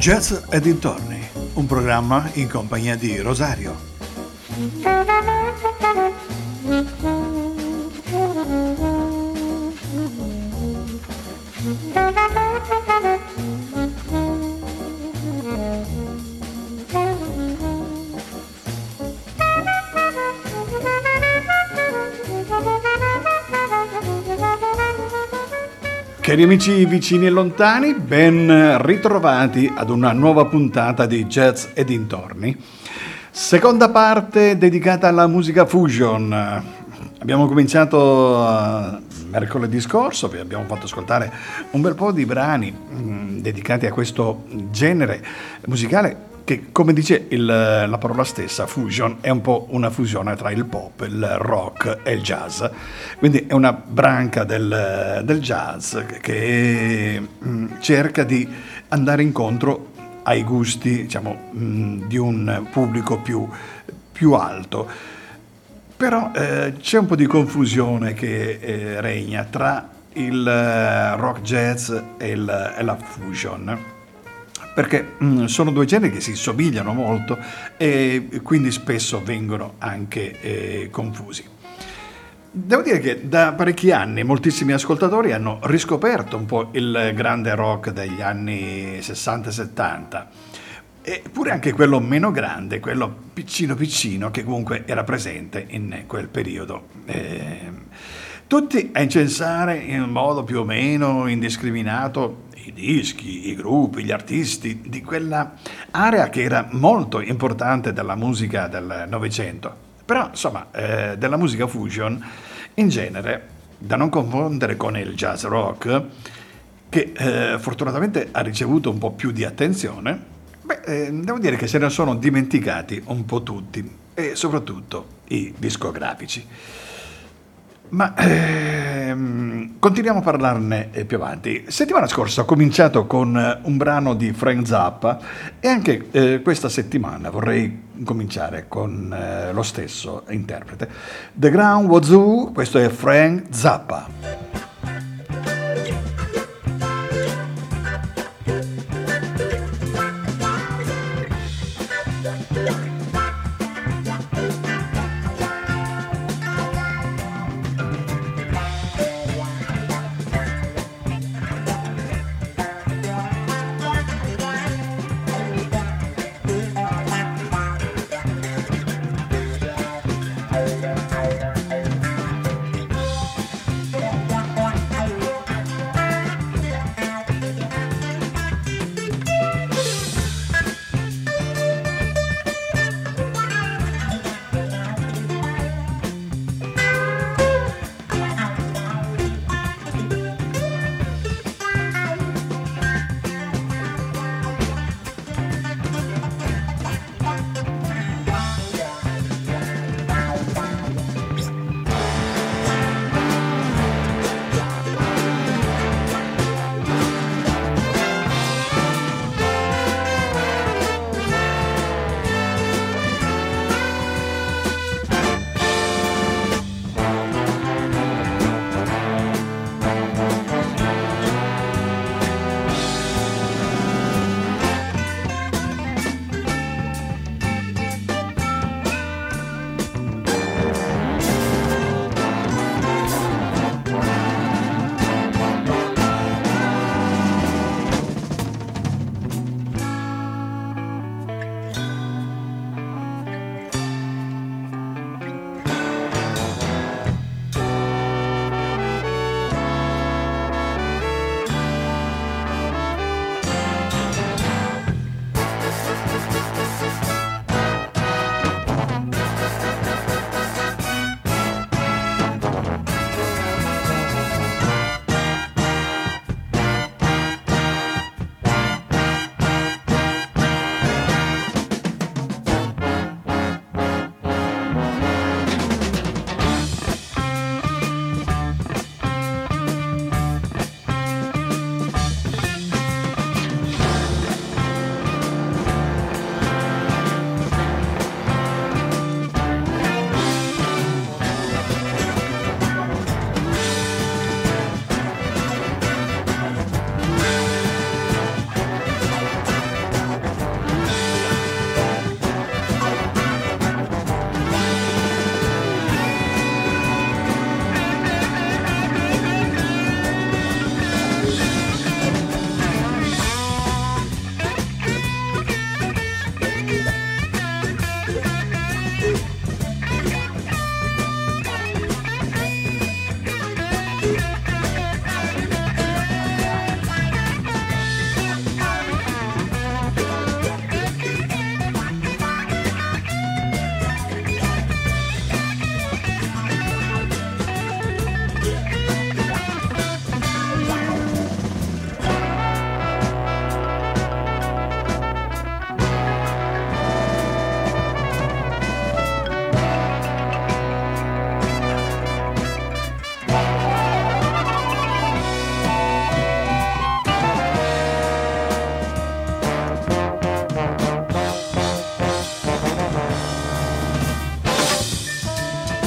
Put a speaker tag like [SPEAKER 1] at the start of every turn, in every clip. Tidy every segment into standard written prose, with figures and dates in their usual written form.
[SPEAKER 1] Jazz e dintorni, un programma in compagnia di Rosario. Cari amici vicini e lontani, ben ritrovati ad una nuova puntata di Jazz e dintorni. Seconda parte dedicata alla musica fusion. Abbiamo cominciato mercoledì scorso, vi abbiamo fatto ascoltare un bel po' di brani dedicati a questo genere musicale che, come dice la parola stessa, fusion, è un po' una fusione tra il pop, il rock e il jazz. Quindi è una branca del jazz che cerca di andare incontro ai gusti, diciamo, di un pubblico più alto. Però c'è un po' di confusione che regna tra il rock jazz e la fusion, perché sono due generi che si somigliano molto e quindi spesso vengono anche confusi. Devo dire che da parecchi anni moltissimi ascoltatori hanno riscoperto un po' il grande rock degli anni 60-70, eppure anche quello meno grande, quello piccino che comunque era presente in quel periodo. Tutti a incensare in modo più o meno indiscriminato i dischi, i gruppi, gli artisti di quella area che era molto importante della musica del Novecento. Però insomma della musica fusion in genere, da non confondere con il jazz rock, che fortunatamente ha ricevuto un po' più di attenzione, devo dire che se ne sono dimenticati un po' tutti, e soprattutto i discografici. Ma continuiamo a parlarne più avanti. Settimana scorsa ho cominciato con un brano di Frank Zappa e anche questa settimana vorrei cominciare con lo stesso interprete. The Ground Wazoo, questo è Frank Zappa.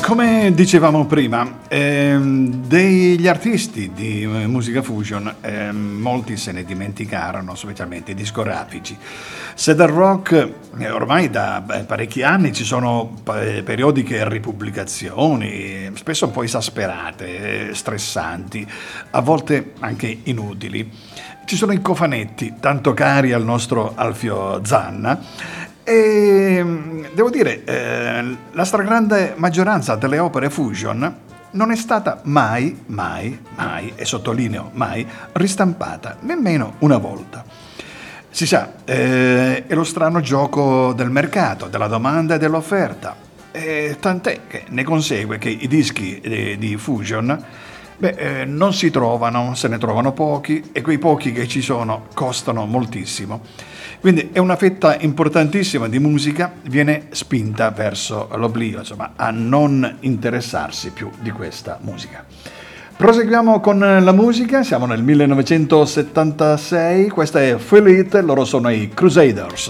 [SPEAKER 1] Come dicevamo prima, degli artisti di musica fusion, molti se ne dimenticarono, specialmente i discografici. Cedar Rock, ormai da parecchi anni ci sono periodiche ripubblicazioni, spesso un po' esasperate, stressanti, a volte anche inutili. Ci sono i cofanetti, tanto cari al nostro Alfio Zanna, e devo dire, la stragrande maggioranza delle opere fusion non è stata mai, e sottolineo mai, ristampata, nemmeno una volta. Si sa, è lo strano gioco del mercato, della domanda e dell'offerta, tant'è che ne consegue che i dischi di fusion non si trovano, se ne trovano pochi, e quei pochi che ci sono costano moltissimo. Quindi è una fetta importantissima di musica, viene spinta verso l'oblio, insomma, a non interessarsi più di questa musica. Proseguiamo con la musica, siamo nel 1976, questa è Feel It, loro sono i Crusaders.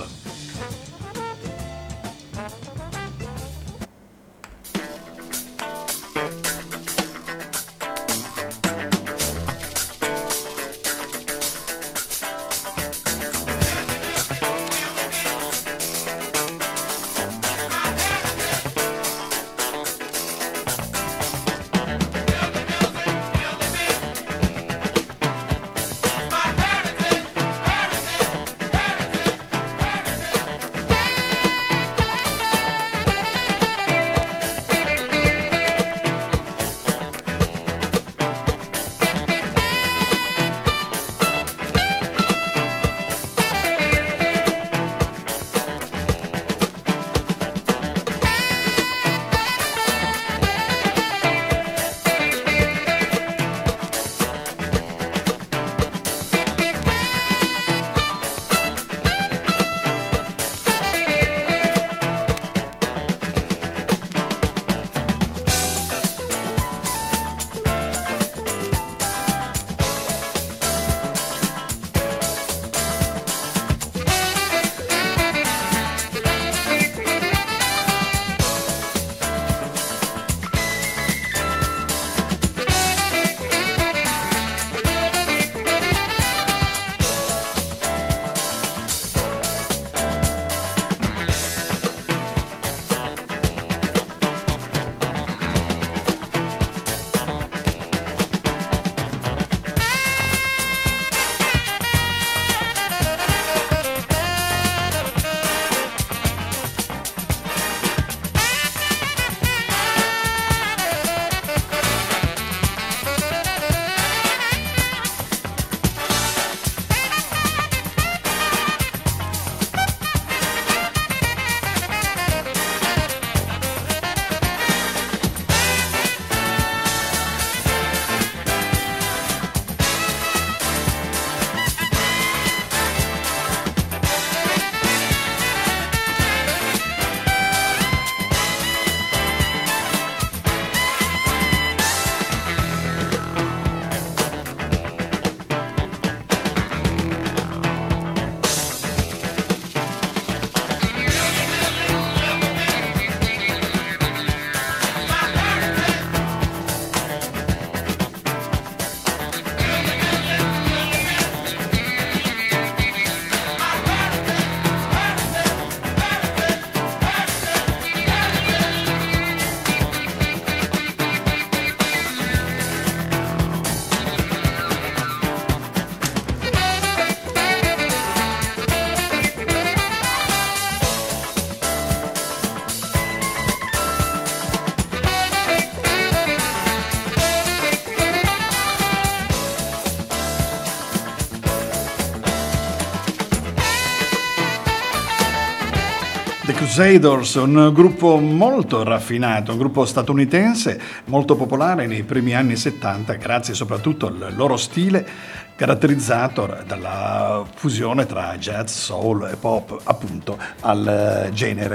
[SPEAKER 1] The Crusaders, un gruppo molto raffinato, un gruppo statunitense molto popolare nei primi anni 70, grazie soprattutto al loro stile caratterizzato dalla fusione tra jazz, soul e pop, appunto al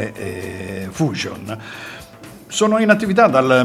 [SPEAKER 1] genere fusion. Sono in attività dal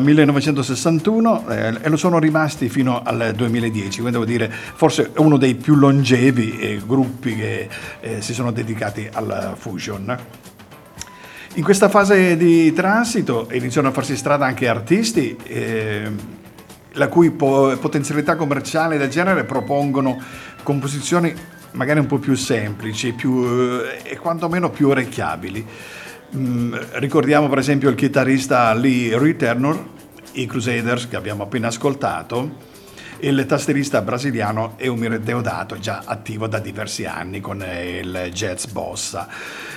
[SPEAKER 1] 1961 e lo sono rimasti fino al 2010, quindi devo dire forse è uno dei più longevi gruppi che si sono dedicati alla fusion. In questa fase di transito iniziano a farsi strada anche artisti la cui potenzialità commerciale del genere propongono composizioni magari un po' più semplici e quantomeno più orecchiabili. Ricordiamo per esempio il chitarrista Lee Ritenour, i Crusaders che abbiamo appena ascoltato, e il tastierista brasiliano Eumir Deodato, già attivo da diversi anni con il jazz bossa.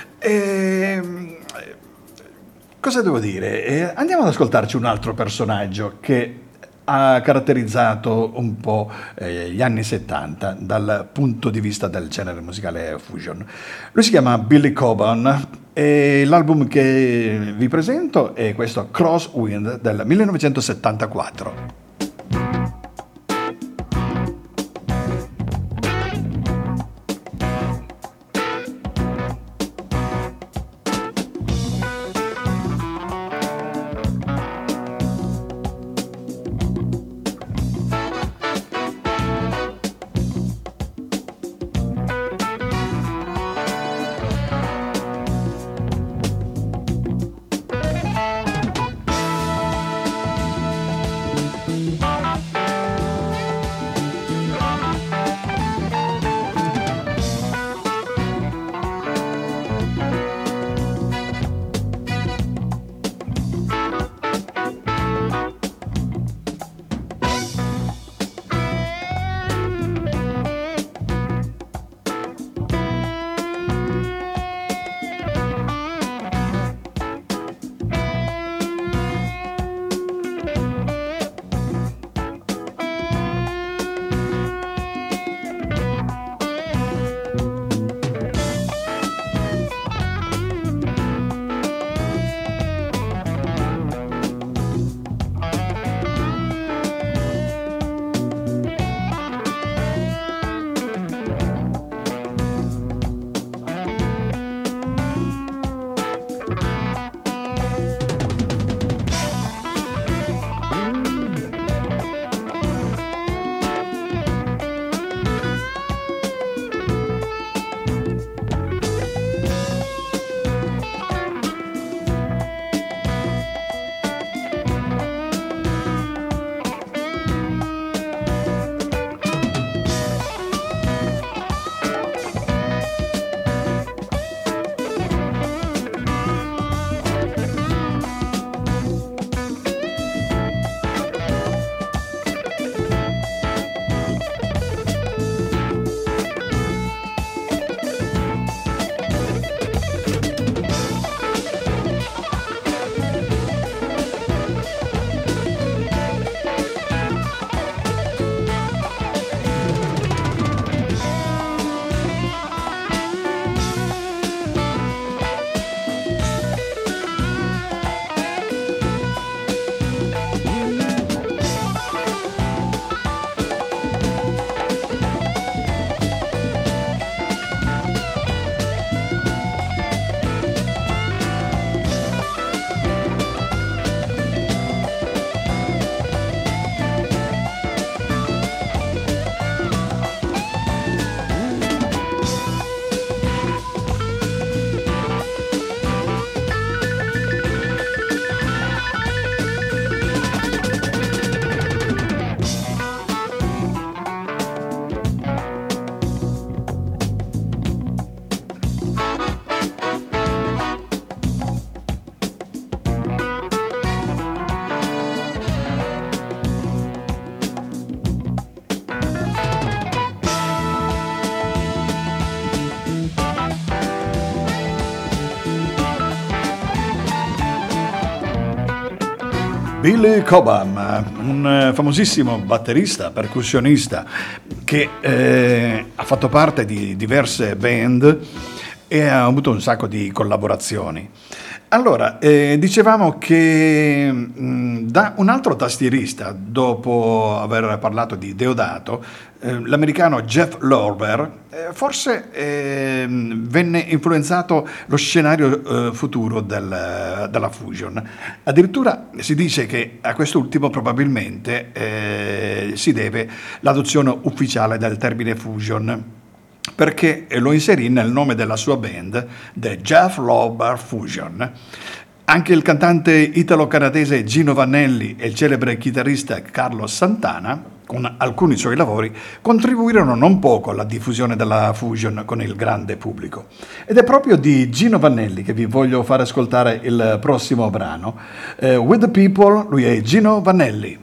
[SPEAKER 1] Cosa devo dire? Andiamo ad ascoltarci un altro personaggio che ha caratterizzato un po' gli anni 70 dal punto di vista del genere musicale fusion. Lui si chiama Billy Cobham e l'album che vi presento è questo Crosswind del 1974. Billy Cobham, un famosissimo batterista, percussionista che ha fatto parte di diverse band e ha avuto un sacco di collaborazioni. Allora, dicevamo che da un altro tastierista, dopo aver parlato di Deodato, l'americano Jeff Lorber, forse venne influenzato lo scenario futuro della fusion. Addirittura si dice che a quest'ultimo probabilmente si deve l'adozione ufficiale del termine fusion, perché lo inserì nel nome della sua band, The Jeff Lorber Fusion. Anche il cantante italo-canadese Gino Vannelli e il celebre chitarrista Carlos Santana, con alcuni suoi lavori, contribuirono non poco alla diffusione della fusion con il grande pubblico. Ed è proprio di Gino Vannelli che vi voglio far ascoltare il prossimo brano. With the People, lui è Gino Vannelli.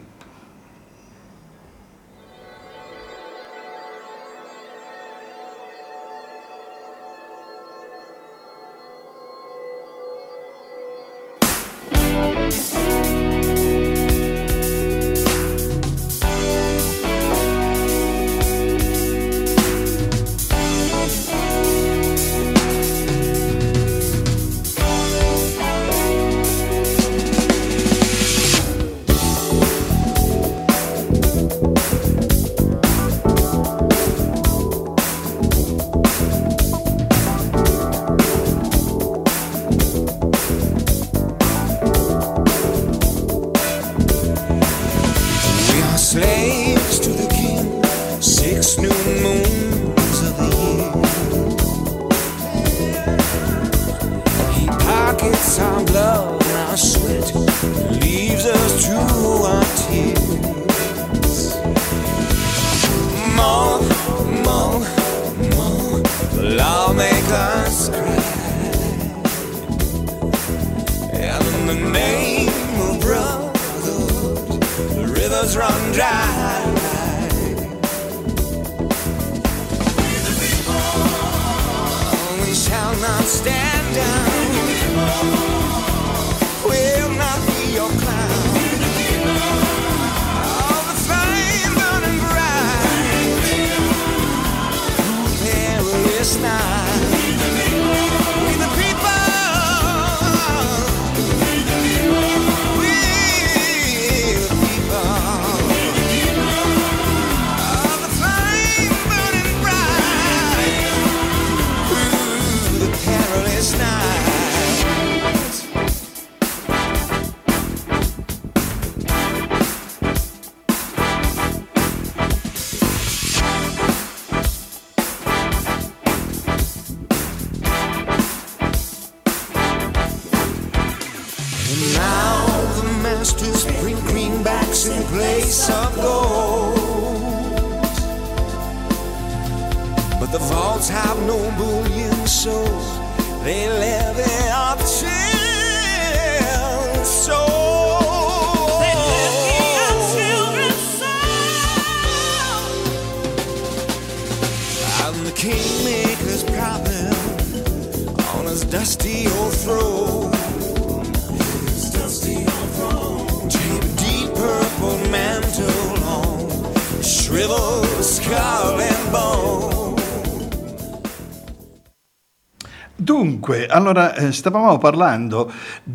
[SPEAKER 1] Dunque, allora stavamo parlando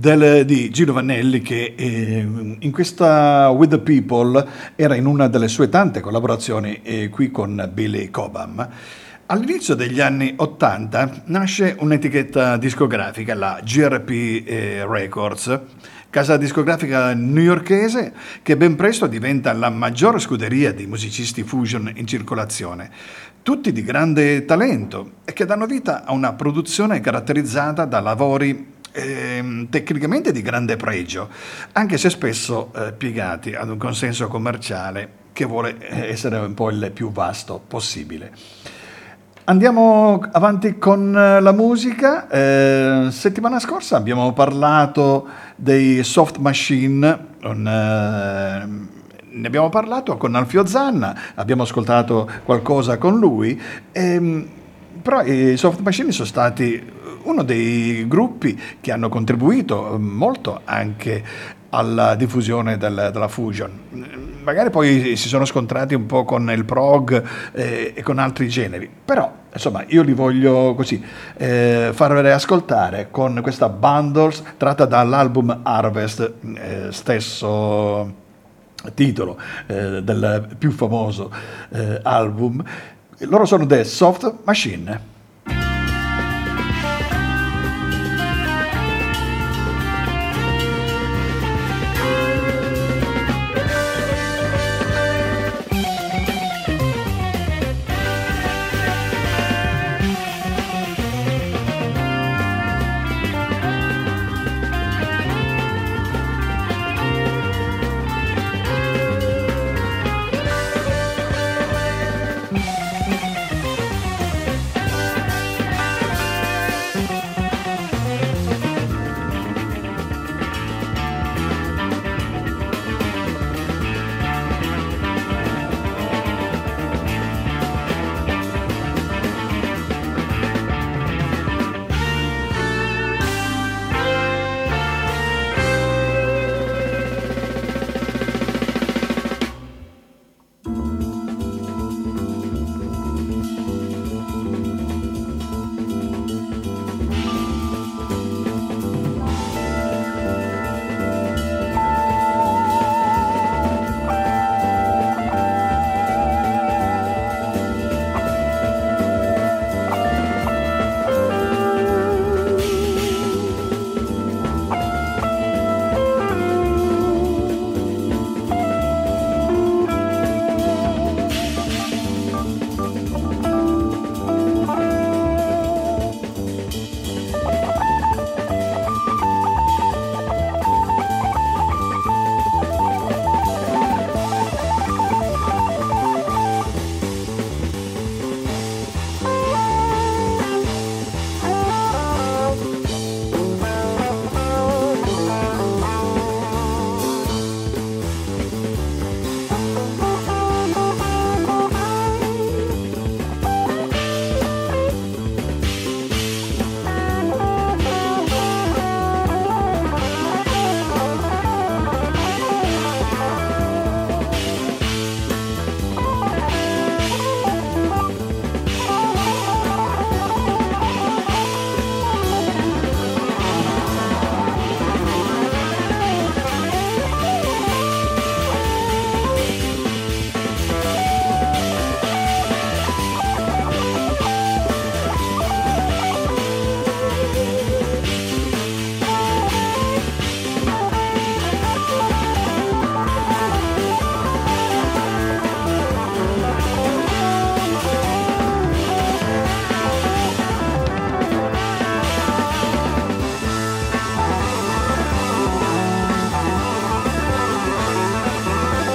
[SPEAKER 1] di Gino Vannelli che in questa With the People era in una delle sue tante collaborazioni qui con Billy Cobham. All'inizio degli anni 80 nasce un'etichetta discografica, la GRP Records, casa discografica newyorkese che ben presto diventa la maggiore scuderia di musicisti fusion in circolazione, tutti di grande talento e che danno vita a una produzione caratterizzata da lavori tecnicamente di grande pregio, anche se spesso piegati ad un consenso commerciale che vuole essere un po' il più vasto possibile. Andiamo avanti con la musica. Settimana scorsa abbiamo parlato dei Soft Machine, ne abbiamo parlato con Alfio Zanna, abbiamo ascoltato qualcosa con lui, però i Soft Machine sono stati uno dei gruppi che hanno contribuito molto anche alla diffusione della fusion. Magari poi si sono scontrati un po' con il prog e con altri generi, però insomma io li voglio così farvele ascoltare con questa Bundles tratta dall'album Harvest, stesso titolo del più famoso album. Loro sono The Soft Machine.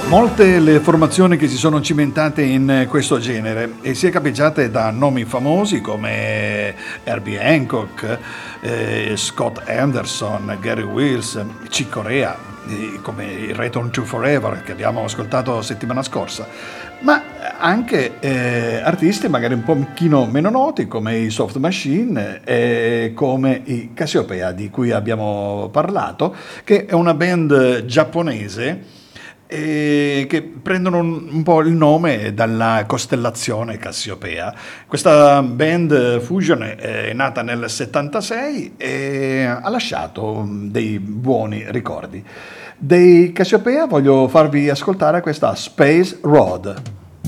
[SPEAKER 1] Molte le formazioni che si sono cimentate in questo genere e si è capeggiate da nomi famosi come Herbie Hancock, Scott Anderson, Gary Wills, Chick Corea, come il Return to Forever che abbiamo ascoltato settimana scorsa, ma anche artisti magari un pochino meno noti come i Soft Machine e come i Cassiopeia di cui abbiamo parlato, che è una band giapponese che prendono un po' il nome dalla costellazione Cassiopea. Questa band fusion è nata nel 76 e ha lasciato dei buoni ricordi. Dei Cassiopea voglio farvi ascoltare questa Space Road.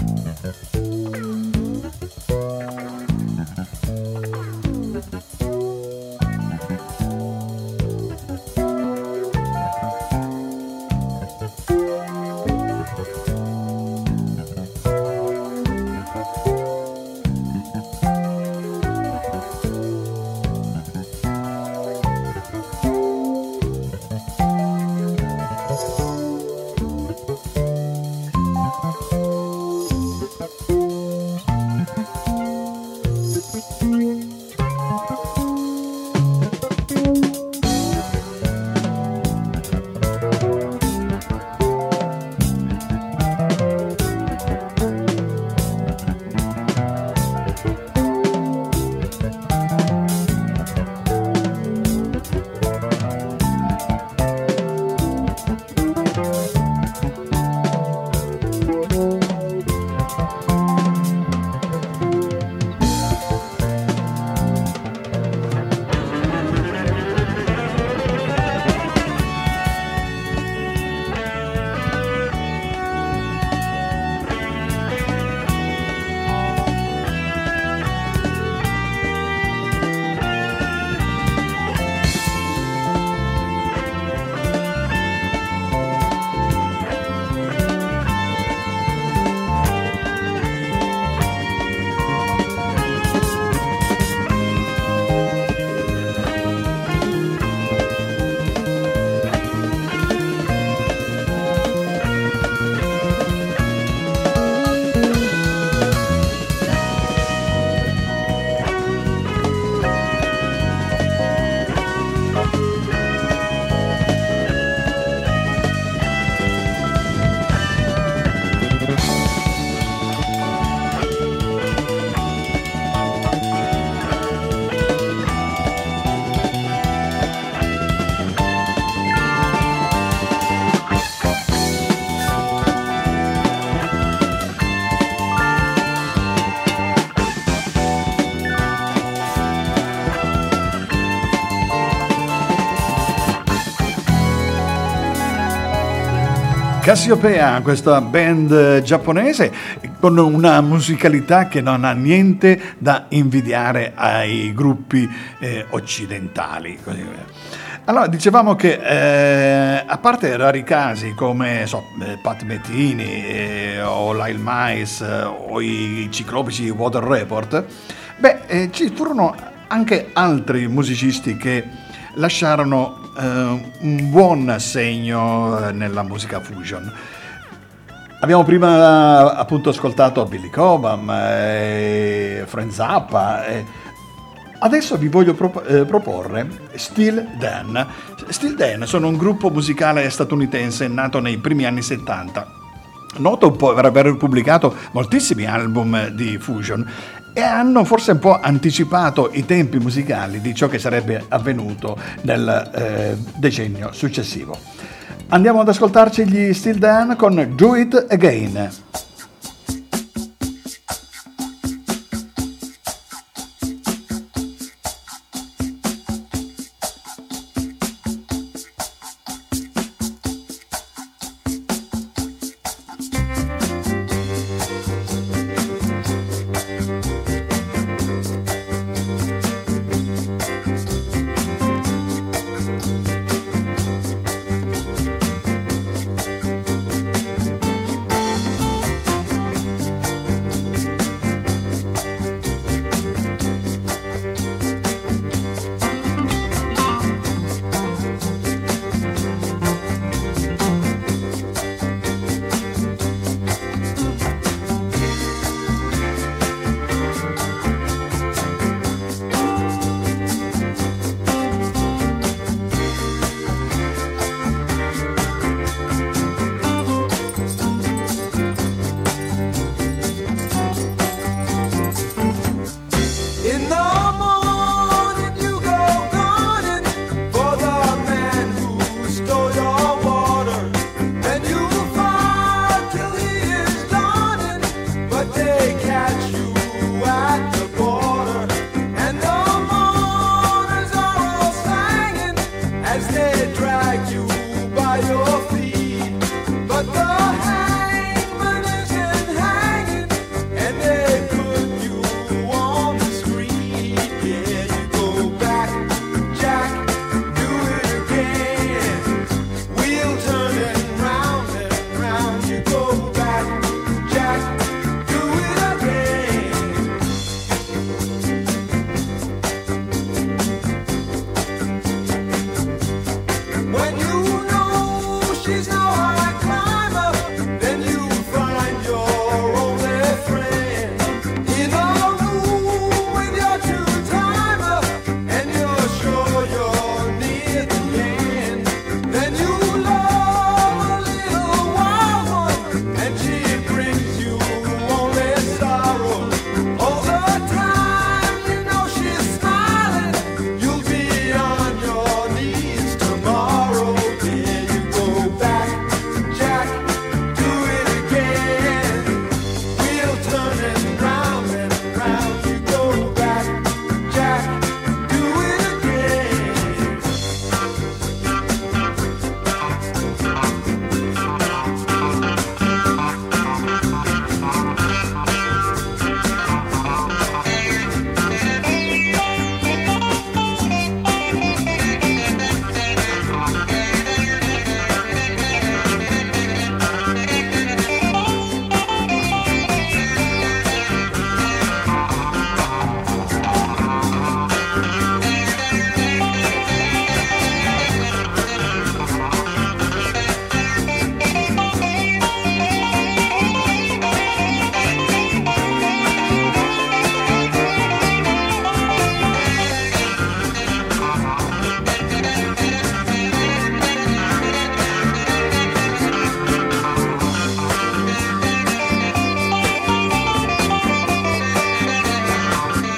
[SPEAKER 1] Cassiopeia, questa band giapponese con una musicalità che non ha niente da invidiare ai gruppi occidentali. Allora, dicevamo che a parte rari casi come Pat Metheny o Lyle Miles o i ciclopici Water Report, ci furono anche altri musicisti che lasciarono un buon segno nella musica fusion. Abbiamo prima appunto ascoltato Billy Cobham, Frank Zappa. Adesso vi voglio proporre Steely Dan. Steely Dan sono un gruppo musicale statunitense nato nei primi anni 70, noto per aver pubblicato moltissimi album di fusion e hanno forse un po' anticipato i tempi musicali di ciò che sarebbe avvenuto nel decennio successivo. Andiamo ad ascoltarci gli Steely Dan con Do It Again.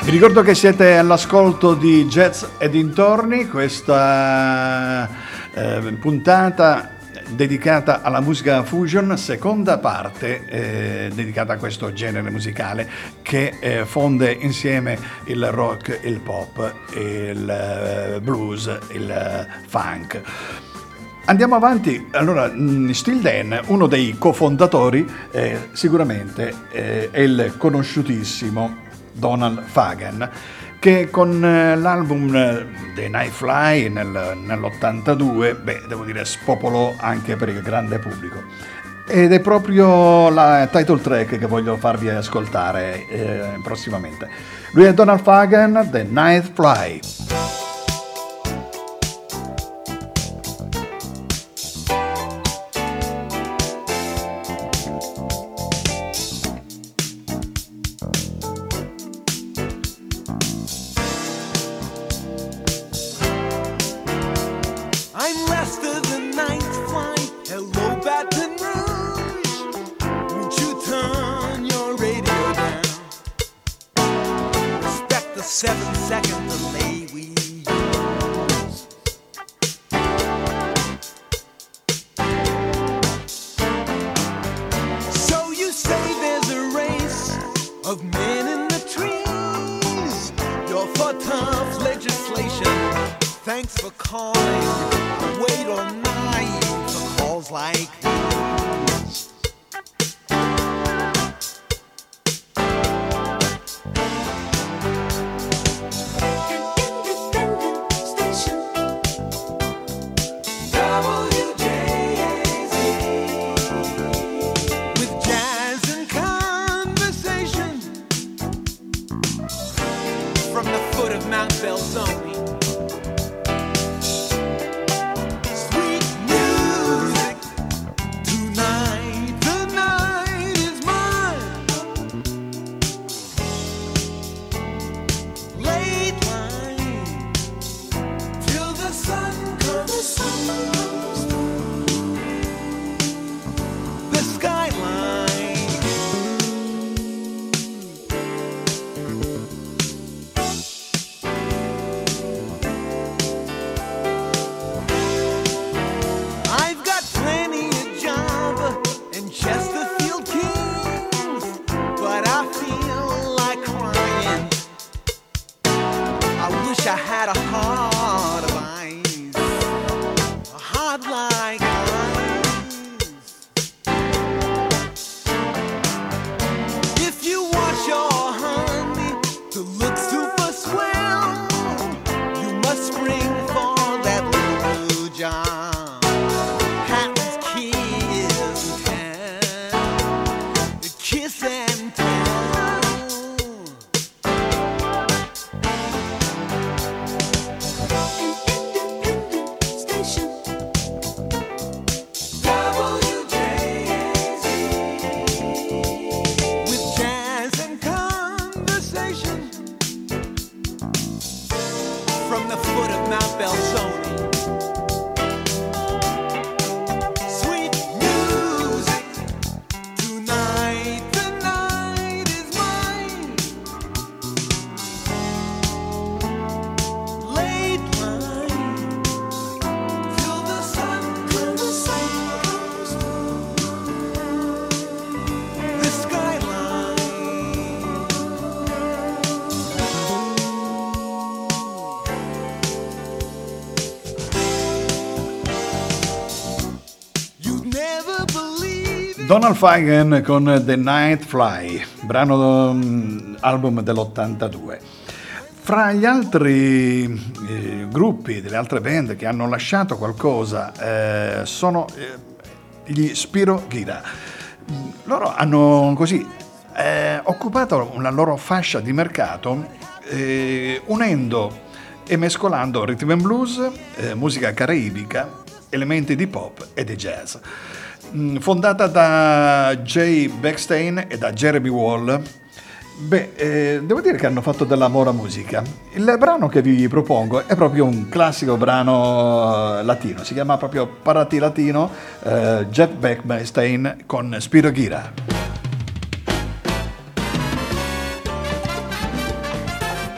[SPEAKER 1] Vi ricordo che siete all'ascolto di Jazz e dintorni, questa puntata dedicata alla musica fusion, seconda parte dedicata a questo genere musicale che fonde insieme il rock, il pop, il blues, il funk. Andiamo avanti. Allora, Steely Dan, uno dei cofondatori, sicuramente è il conosciutissimo Donald Fagen, che con l'album The Night Fly nell'82, devo dire, spopolò anche per il grande pubblico. Ed è proprio la title track che voglio farvi ascoltare prossimamente. Lui è Donald Fagen, The Night Fly. Donald Fagen con The Night Fly, brano album dell'82. Fra gli altri gruppi, delle altre band che hanno lasciato qualcosa sono gli Spyro Gyra. Loro hanno così occupato la loro fascia di mercato unendo e mescolando rhythm and blues, musica caraibica, elementi di pop e di jazz. Fondata da Jay Beckstein e da Jeremy Wall, devo dire che hanno fatto dell'amore a musica. Il brano che vi propongo è proprio un classico brano latino, si chiama proprio Parati Latino, Jeff Beckstein con Spyro Gyra.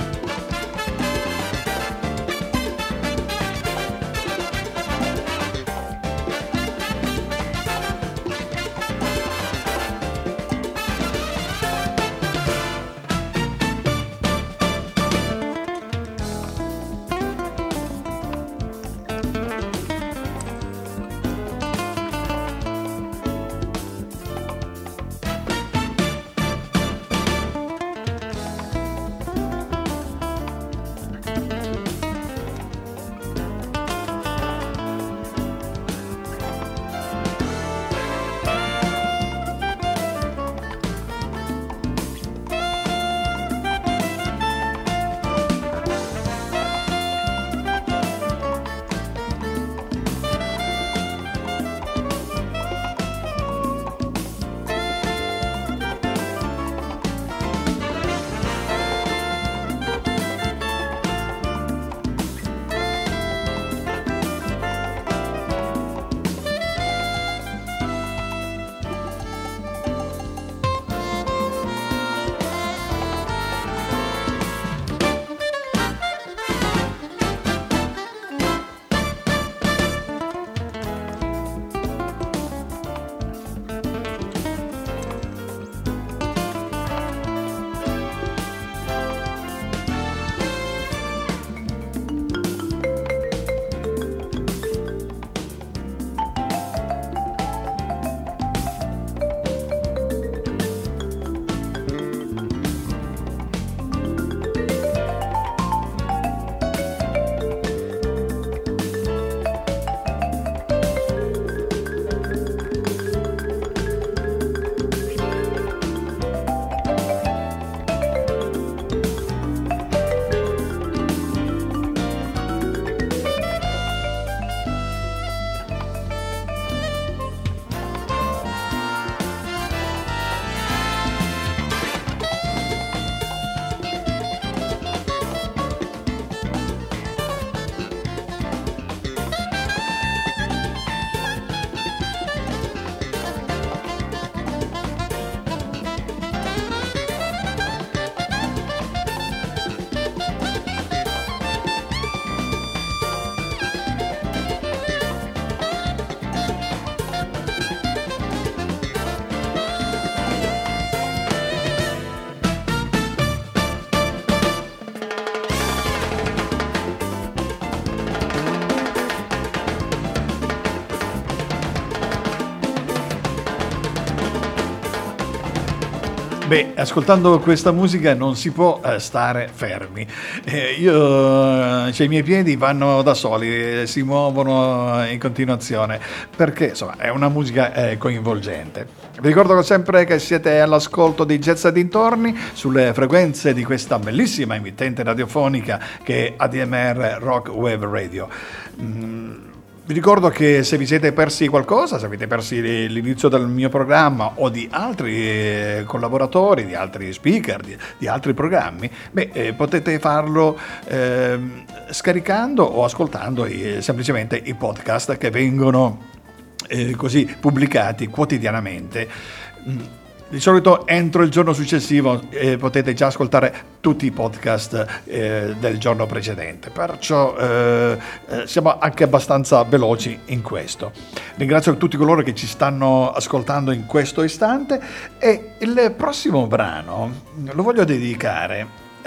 [SPEAKER 1] Beh, ascoltando questa musica non si può stare fermi. Cioè, i miei piedi vanno da soli, si muovono in continuazione, perché insomma è una musica coinvolgente. Vi ricordo sempre che siete all'ascolto di Jazz e dintorni sulle frequenze di questa bellissima emittente radiofonica che è ADMR Rock Wave Radio. Vi ricordo che se vi siete persi qualcosa, se avete persi l'inizio del mio programma o di altri collaboratori, di altri speaker, di altri programmi, potete farlo scaricando o ascoltando semplicemente i podcast che vengono così pubblicati quotidianamente. Di solito entro il giorno successivo potete già ascoltare tutti i podcast del giorno precedente, perciò siamo anche abbastanza veloci in questo. Ringrazio tutti coloro che ci stanno ascoltando in questo istante e il prossimo brano lo voglio dedicare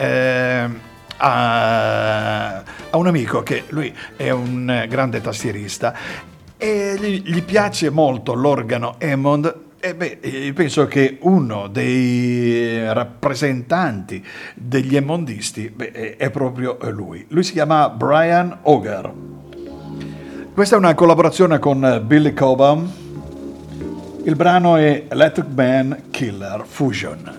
[SPEAKER 1] a un amico che lui è un grande tastierista e gli piace molto l'organo Hammond. Penso che uno dei rappresentanti degli Hammondisti è proprio lui. Lui si chiama Brian Auger. Questa è una collaborazione con Billy Cobham. Il brano è Electric Band Killer Fusion.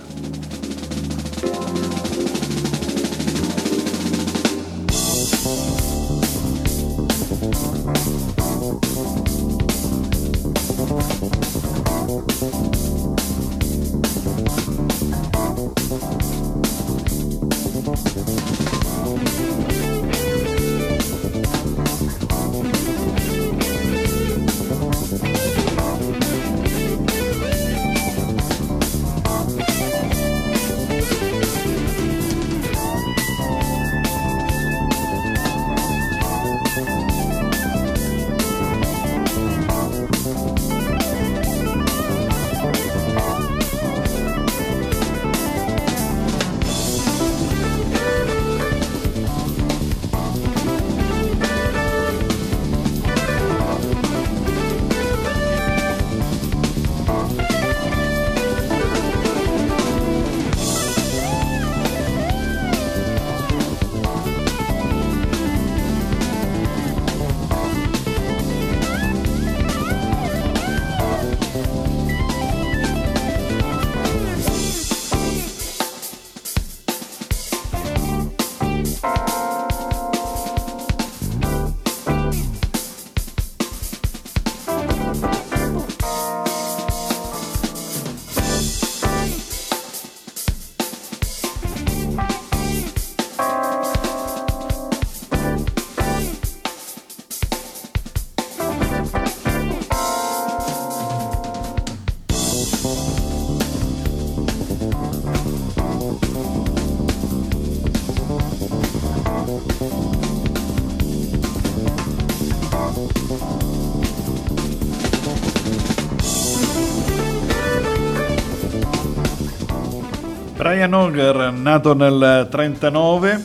[SPEAKER 1] Brian Auger, nato nel 1939,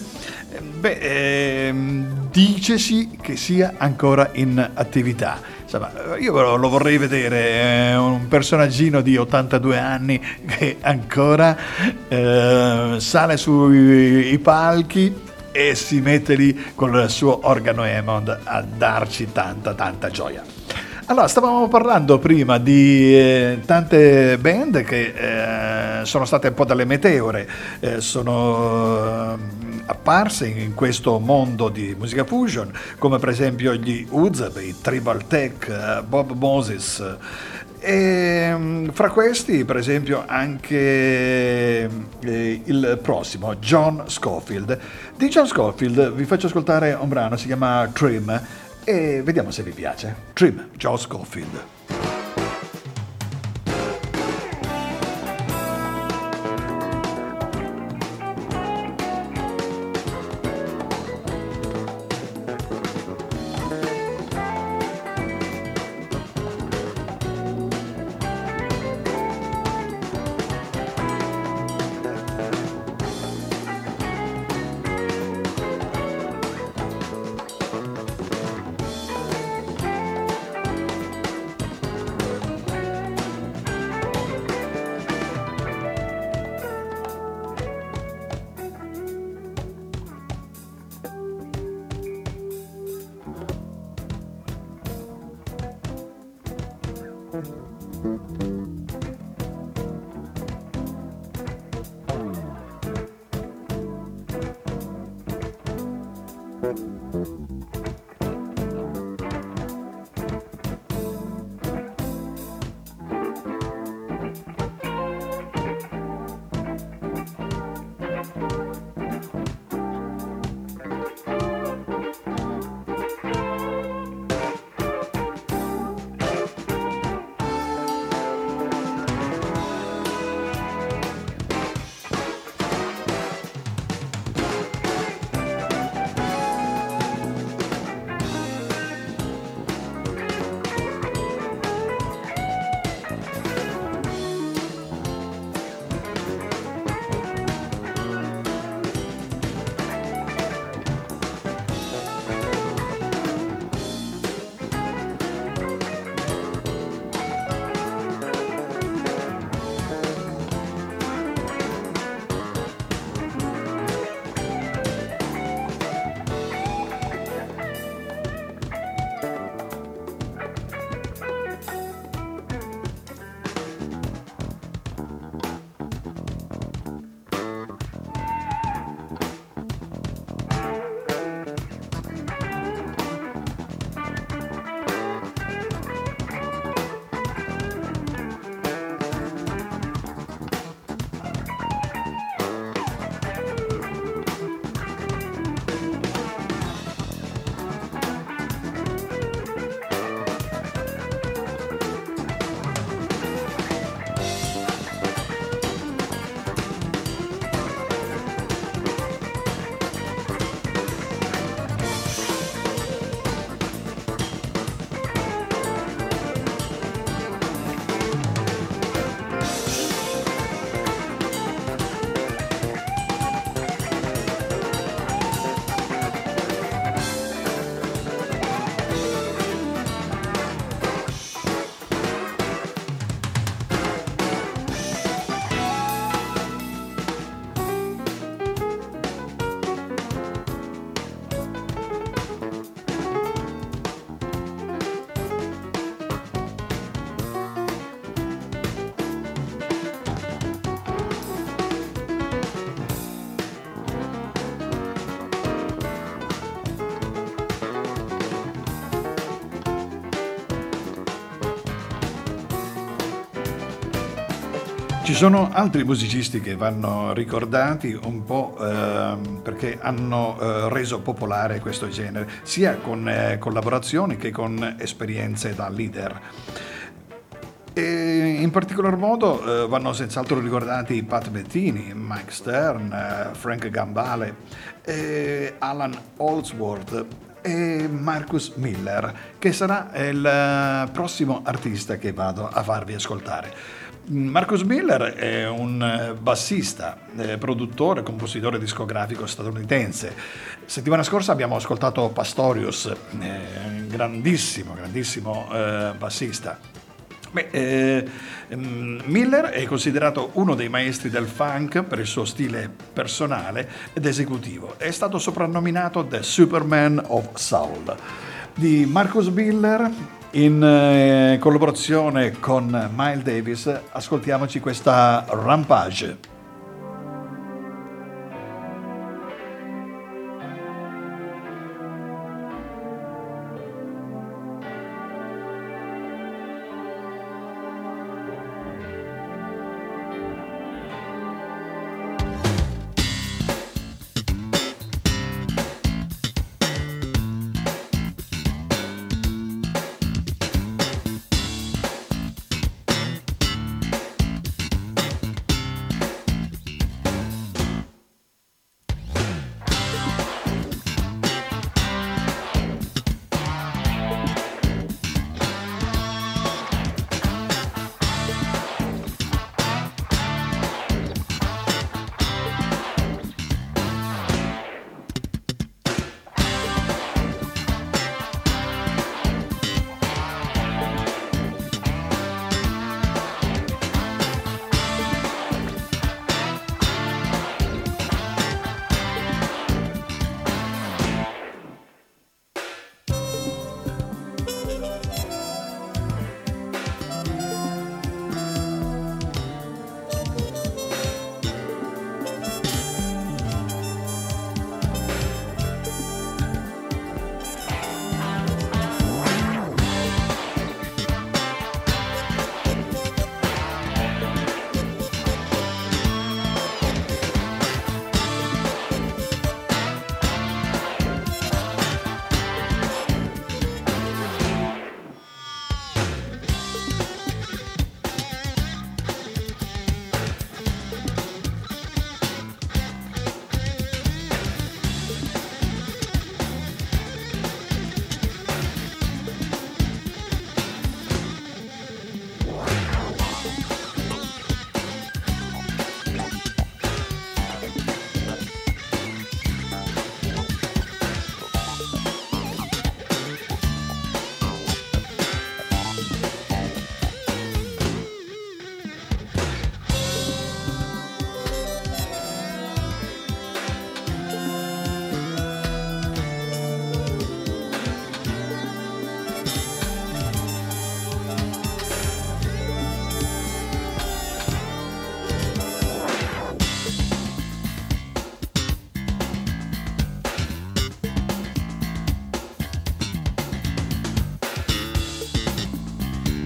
[SPEAKER 1] dicesi che sia ancora in attività. Insomma, io lo vorrei vedere, un personaggino di 82 anni che ancora sale sui palchi e si mette lì col suo organo Hammond a darci tanta gioia. Allora, stavamo parlando prima di tante band che sono state un po' dalle meteore, sono apparse in questo mondo di musica fusion, come per esempio gli Uzzab, i Tribal Tech, Bob Moses, e fra questi per esempio anche il prossimo, John Scofield. Di John Scofield vi faccio ascoltare un brano, si chiama Trim, e vediamo se vi piace. Trim, John Scofield. Ci sono altri musicisti che vanno ricordati un po' perché hanno reso popolare questo genere, sia con collaborazioni che con esperienze da leader. E in particolar modo vanno senz'altro ricordati Pat Bettini, Mike Stern, Frank Gambale, Alan Holdsworth e Marcus Miller, che sarà il prossimo artista che vado a farvi ascoltare. Marcus Miller è un bassista, produttore, compositore discografico statunitense. Settimana scorsa abbiamo ascoltato Pastorius, grandissimo bassista. Miller è considerato uno dei maestri del funk per il suo stile personale ed esecutivo. È stato soprannominato The Superman of Soul. Di Marcus Miller, in collaborazione con Miles Davis, ascoltiamoci questa Rampage.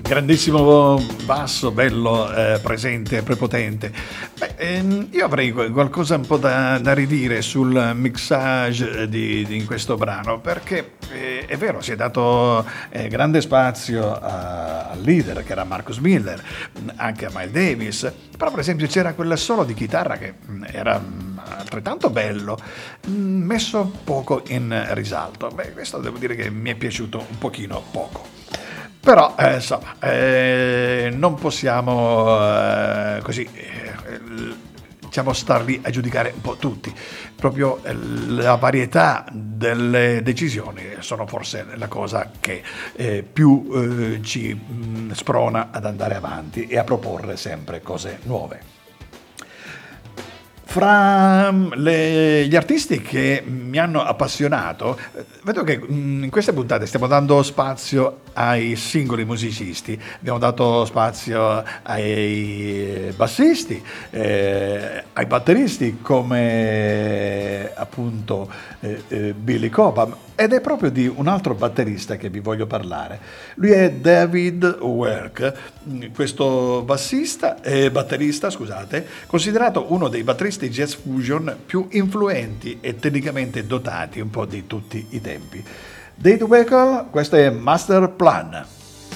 [SPEAKER 1] grandissimo basso, bello, presente, prepotente. Io avrei qualcosa un po' da ridire sul mixage in questo brano, perché è vero, si è dato grande spazio al leader che era Marcus Miller, anche a Miles Davis, però per esempio c'era quel solo di chitarra che era altrettanto bello, messo poco in risalto. Questo devo dire che mi è piaciuto un pochino poco. Però insomma, non possiamo così diciamo star lì a giudicare un po' tutti. Proprio la varietà delle decisioni sono forse la cosa che più ci sprona ad andare avanti e a proporre sempre cose nuove. Fra gli artisti che mi hanno appassionato, vedo che in queste puntate stiamo dando spazio ai singoli musicisti, abbiamo dato spazio ai bassisti, ai batteristi come appunto Billy Cobham, ed è proprio di un altro batterista che vi voglio parlare. Lui è David Welk, questo batterista, scusate, considerato uno dei batteristi jazz fusion più influenti e tecnicamente dotati un po' di tutti i tempi. David Welk, questo è Master Plan.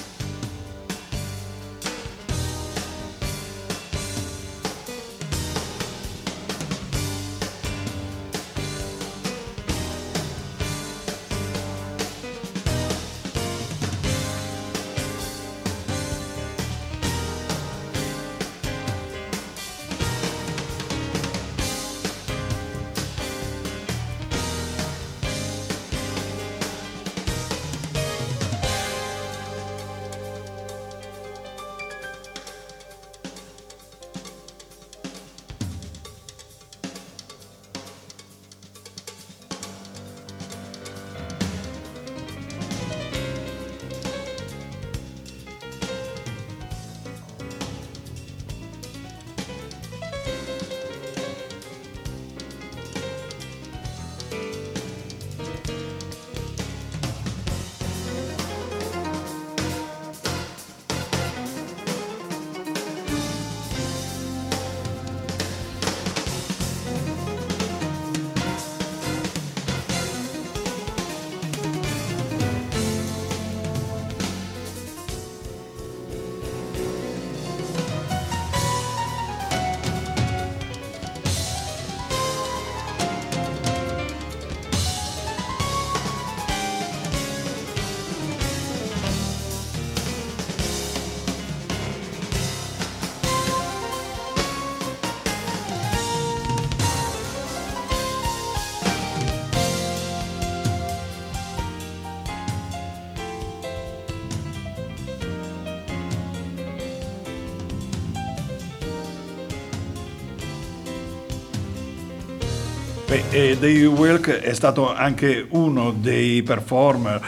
[SPEAKER 1] Dave Welk è stato anche uno dei performer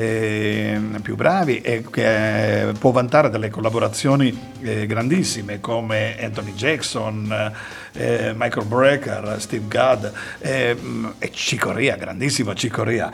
[SPEAKER 1] più bravi e che può vantare delle collaborazioni grandissime come Anthony Jackson, Michael Brecker, Steve Gadd e Chick Corea, grandissimo Chick Corea.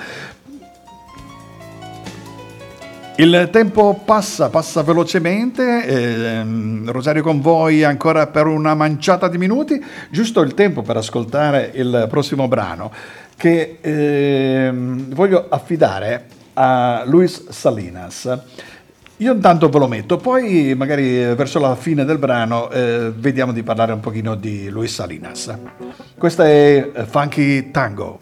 [SPEAKER 1] Il tempo passa velocemente, Rosario con voi ancora per una manciata di minuti, giusto il tempo per ascoltare il prossimo brano che voglio affidare a Luis Salinas. Io intanto ve lo metto, poi magari verso la fine del brano vediamo di parlare un pochino di Luis Salinas. Questa è Funky Tango.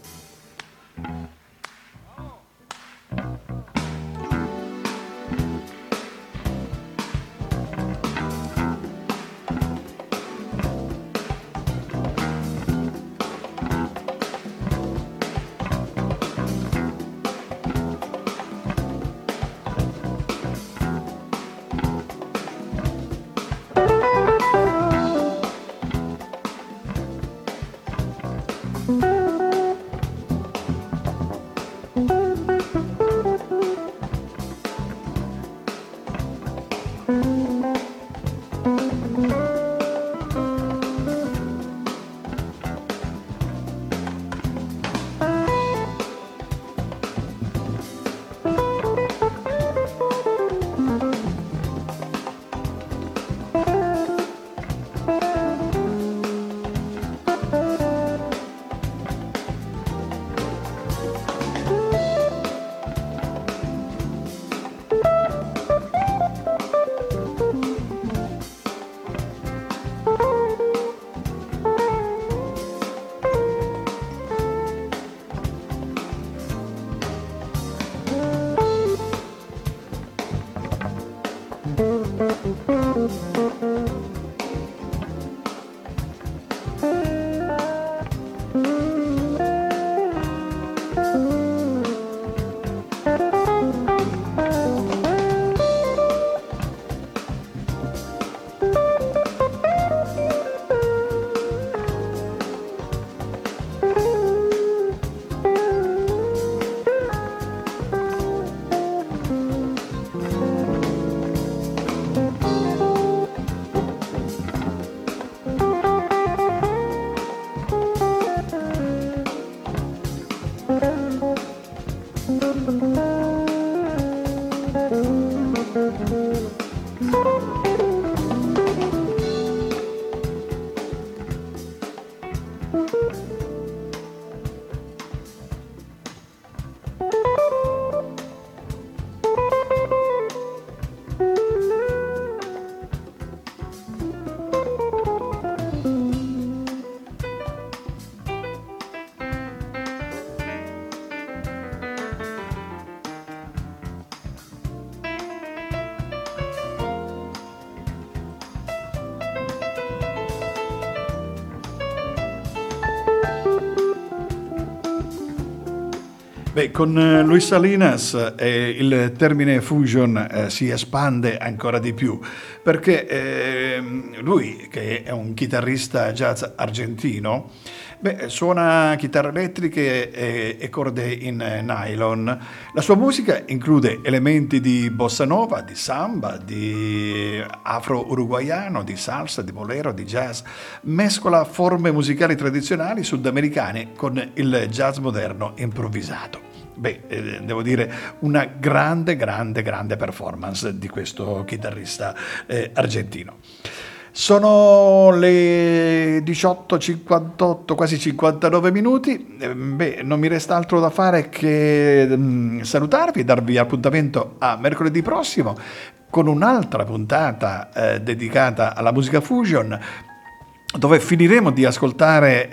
[SPEAKER 1] Beh, con Luis Salinas il termine fusion si espande ancora di più, perché lui, che è un chitarrista jazz argentino, beh, suona chitarre elettriche e corde in nylon. La sua musica include elementi di bossa nova, di samba, di afro-uruguaiano, di salsa, di bolero, di jazz. Mescola forme musicali tradizionali sudamericane con il jazz moderno improvvisato. Beh, devo dire una grande performance di questo chitarrista argentino. Sono le 18:58, quasi 59 minuti. Beh, non mi resta altro da fare che salutarvi e darvi appuntamento a mercoledì prossimo con un'altra puntata dedicata alla musica fusion, dove finiremo di ascoltare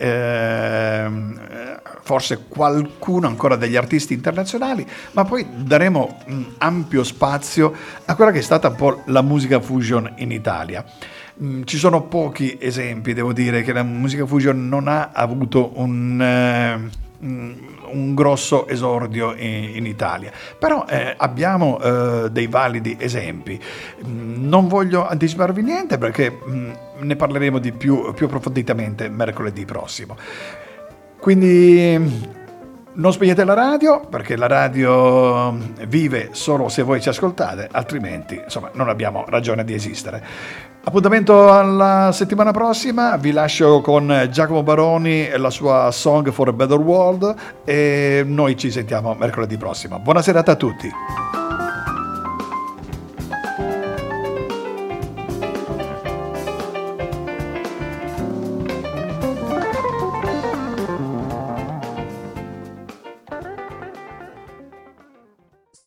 [SPEAKER 1] forse qualcuno ancora degli artisti internazionali, ma poi daremo ampio spazio a quella che è stata un po' la musica fusion in Italia. Ci sono pochi esempi, devo dire, che la musica fusion non ha avuto un grosso esordio in Italia, però abbiamo dei validi esempi. Non voglio anticiparvi niente perché ne parleremo di più approfonditamente mercoledì prossimo. Quindi non spegnete la radio, perché la radio vive solo se voi ci ascoltate, altrimenti insomma non abbiamo ragione di esistere. Appuntamento alla settimana prossima, vi lascio con Giacomo Baroni e la sua Song for a Better World e noi ci sentiamo mercoledì prossimo. Buona serata a tutti.